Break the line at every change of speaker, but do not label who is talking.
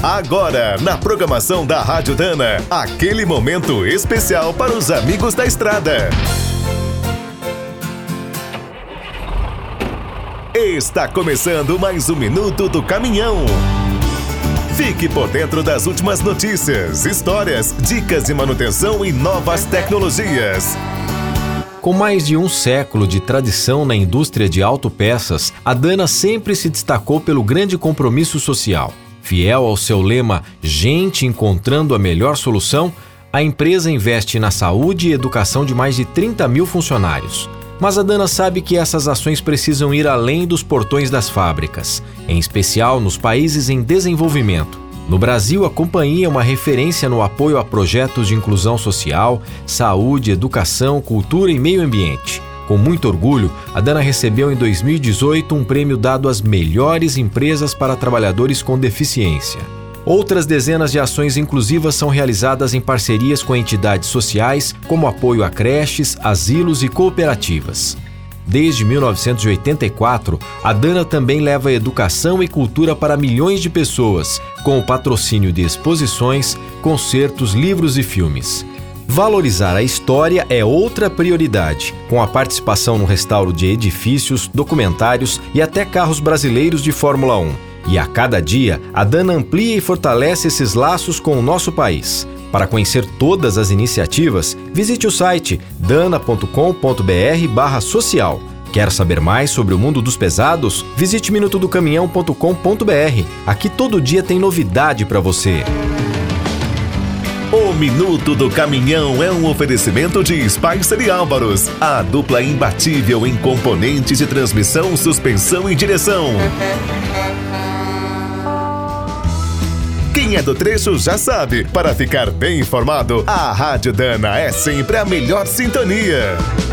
Agora, na programação da Rádio Dana, aquele momento especial para os amigos da estrada. Está começando mais um Minuto do Caminhão. Fique por dentro das últimas notícias, histórias, dicas de manutenção e novas tecnologias.
Com mais de um século de tradição na indústria de autopeças, a Dana sempre se destacou pelo grande compromisso social. Fiel ao seu lema "Gente encontrando a melhor solução", a empresa investe na saúde e educação de mais de 30 mil funcionários. Mas a Dana sabe que essas ações precisam ir além dos portões das fábricas, em especial nos países em desenvolvimento. No Brasil, a companhia é uma referência no apoio a projetos de inclusão social, saúde, educação, cultura e meio ambiente. Com muito orgulho, a Dana recebeu em 2018 um prêmio dado às melhores empresas para trabalhadores com deficiência. Outras dezenas de ações inclusivas são realizadas em parcerias com entidades sociais, como apoio a creches, asilos e cooperativas. Desde 1984, a Dana também leva educação e cultura para milhões de pessoas, com o patrocínio de exposições, concertos, livros e filmes. Valorizar a história é outra prioridade, com a participação no restauro de edifícios, documentários e até carros brasileiros de Fórmula 1. E a cada dia, a Dana amplia e fortalece esses laços com o nosso país. Para conhecer todas as iniciativas, visite o site dana.com.br/social. Quer saber mais sobre o mundo dos pesados? Visite minutodocaminhão.com.br. Aqui todo dia tem novidade para você.
O Minuto do Caminhão é um oferecimento de Spicer e Álvaros, a dupla imbatível em componentes de transmissão, suspensão e direção. Quem é do trecho já sabe, para ficar bem informado, a Rádio Dana é sempre a melhor sintonia.